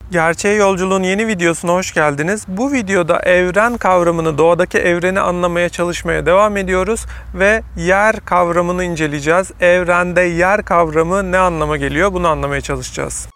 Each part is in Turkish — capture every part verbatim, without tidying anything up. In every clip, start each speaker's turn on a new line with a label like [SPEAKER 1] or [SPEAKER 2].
[SPEAKER 1] Gerçeğe Yolculuğun yeni videosuna hoş geldiniz. Bu videoda evren kavramını, doğadaki evreni anlamaya çalışmaya devam ediyoruz ve yer kavramını inceleyeceğiz. Evrende yer kavramı ne anlama geliyor? Bunu anlamaya çalışacağız.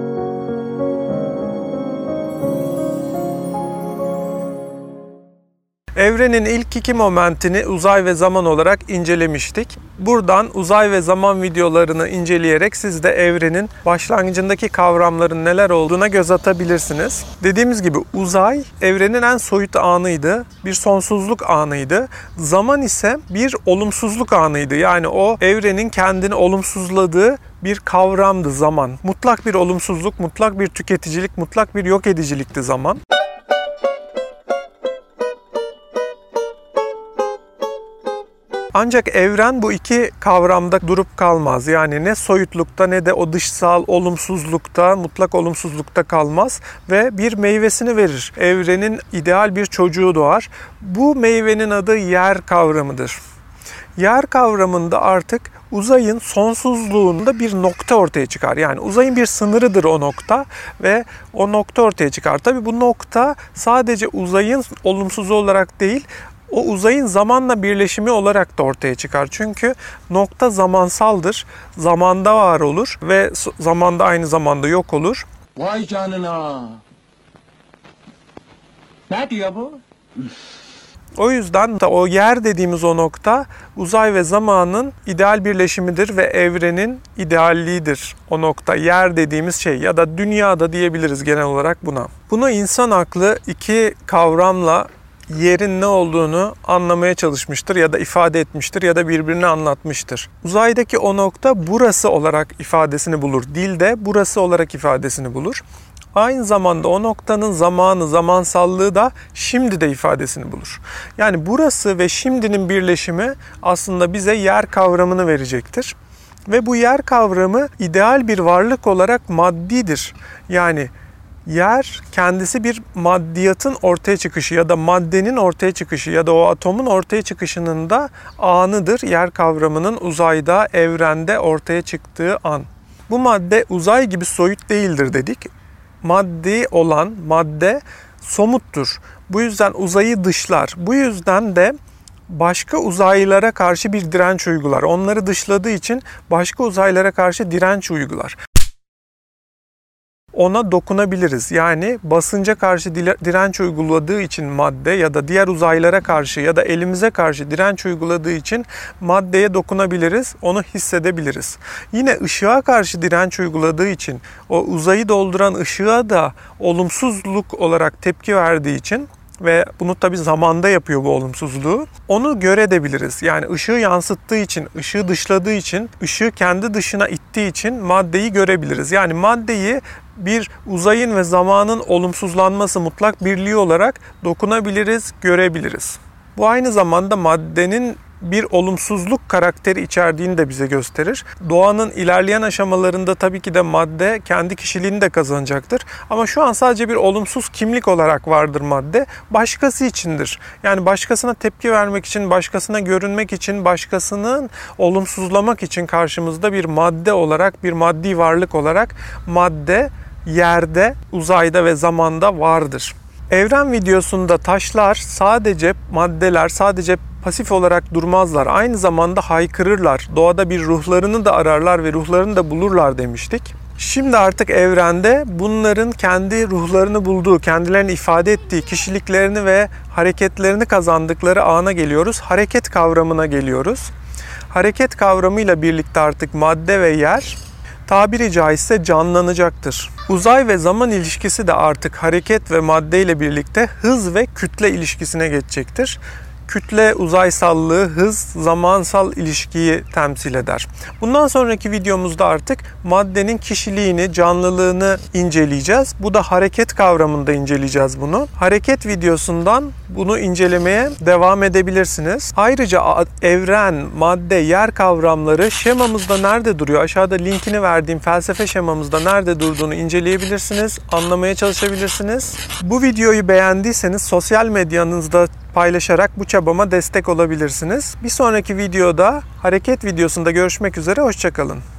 [SPEAKER 1] Evrenin ilk iki momentini uzay ve zaman olarak incelemiştik. Buradan uzay ve zaman videolarını inceleyerek siz de evrenin başlangıcındaki kavramların neler olduğuna göz atabilirsiniz. Dediğimiz gibi uzay evrenin en soyut anıydı, bir sonsuzluk anıydı. Zaman ise bir olumsuzluk anıydı. Yani o evrenin kendini olumsuzladığı bir kavramdı zaman. Mutlak bir olumsuzluk, mutlak bir tüketicilik, mutlak bir yok edicilikti zaman. Ancak evren bu iki kavramda durup kalmaz. Yani ne soyutlukta ne de o dışsal olumsuzlukta, mutlak olumsuzlukta kalmaz ve bir meyvesini verir. Evrenin ideal bir çocuğu doğar. Bu meyvenin adı yer kavramıdır. Yer kavramında artık uzayın sonsuzluğunda bir nokta ortaya çıkar. Yani uzayın bir sınırıdır o nokta ve o nokta ortaya çıkar. Tabii bu nokta sadece uzayın olumsuzu olarak değil, o uzayın zamanla birleşimi olarak da ortaya çıkar. Çünkü nokta zamansaldır, zamanda var olur ve zamanda aynı zamanda yok olur.
[SPEAKER 2] Vay canına! Ne diyor bu?
[SPEAKER 1] O yüzden de o yer dediğimiz o nokta uzay ve zamanın ideal birleşimidir ve evrenin idealliğidir. O nokta yer dediğimiz şey ya da dünyada diyebiliriz genel olarak buna. Bunu insan aklı iki kavramla yerin ne olduğunu anlamaya çalışmıştır ya da ifade etmiştir ya da birbirine anlatmıştır. Uzaydaki o nokta burası olarak ifadesini bulur. Dilde burası olarak ifadesini bulur. Aynı zamanda o noktanın zamanı, zamansallığı da şimdi de ifadesini bulur. Yani burası ve şimdinin birleşimi aslında bize yer kavramını verecektir. Ve bu yer kavramı ideal bir varlık olarak maddidir. Yani yer kendisi bir maddiyatın ortaya çıkışı ya da maddenin ortaya çıkışı ya da o atomun ortaya çıkışının da anıdır. Yer kavramının uzayda, evrende ortaya çıktığı an. Bu madde uzay gibi soyut değildir dedik. Maddi olan madde somuttur. Bu yüzden uzayı dışlar. Bu yüzden de başka uzaylılara karşı bir direnç uygular. Onları dışladığı için başka uzaylılara karşı direnç uygular. Ona dokunabiliriz. Yani basınca karşı direnç uyguladığı için madde ya da diğer uzaylara karşı ya da elimize karşı direnç uyguladığı için maddeye dokunabiliriz, onu hissedebiliriz. Yine ışığa karşı direnç uyguladığı için o uzayı dolduran ışığa da olumsuzluk olarak tepki verdiği için ve bunu tabii zamanda yapıyor bu olumsuzluğu. Onu görebiliriz. Yani ışığı yansıttığı için, ışığı dışladığı için, ışığı kendi dışına ittiği için maddeyi görebiliriz. Yani maddeyi bir uzayın ve zamanın olumsuzlanması, mutlak birliği olarak dokunabiliriz, görebiliriz. Bu aynı zamanda maddenin bir olumsuzluk karakteri içerdiğini de bize gösterir. Doğanın ilerleyen aşamalarında tabii ki de madde kendi kişiliğini de kazanacaktır. Ama şu an sadece bir olumsuz kimlik olarak vardır madde. Başkası içindir. Yani başkasına tepki vermek için, başkasına görünmek için, başkasının olumsuzlamak için karşımızda bir madde olarak, bir maddi varlık olarak madde yerde, uzayda ve zamanda vardır. Evren videosunda taşlar sadece maddeler, sadece pasif olarak durmazlar. Aynı zamanda haykırırlar. Doğada bir ruhlarını da ararlar ve ruhlarını da bulurlar demiştik. Şimdi artık evrende bunların kendi ruhlarını bulduğu, kendilerini ifade ettiği, kişiliklerini ve hareketlerini kazandıkları ana geliyoruz. Hareket kavramına geliyoruz. Hareket kavramıyla birlikte artık madde ve yer tabiri caizse canlanacaktır. Uzay ve zaman ilişkisi de artık hareket ve madde ile birlikte hız ve kütle ilişkisine geçecektir. Kütle uzaysallığı, hız, zamansal ilişkiyi temsil eder. Bundan sonraki videomuzda artık maddenin kişiliğini, canlılığını inceleyeceğiz. Bu da hareket kavramında inceleyeceğiz bunu. Hareket videosundan bunu incelemeye devam edebilirsiniz. Ayrıca evren, madde, yer kavramları şemamızda nerede duruyor? Aşağıda linkini verdiğim felsefe şemamızda nerede durduğunu inceleyebilirsiniz, anlamaya çalışabilirsiniz. Bu videoyu beğendiyseniz sosyal medyanızda paylaşarak bu çabama destek olabilirsiniz. Bir sonraki videoda hareket videosunda görüşmek üzere, hoşça kalın.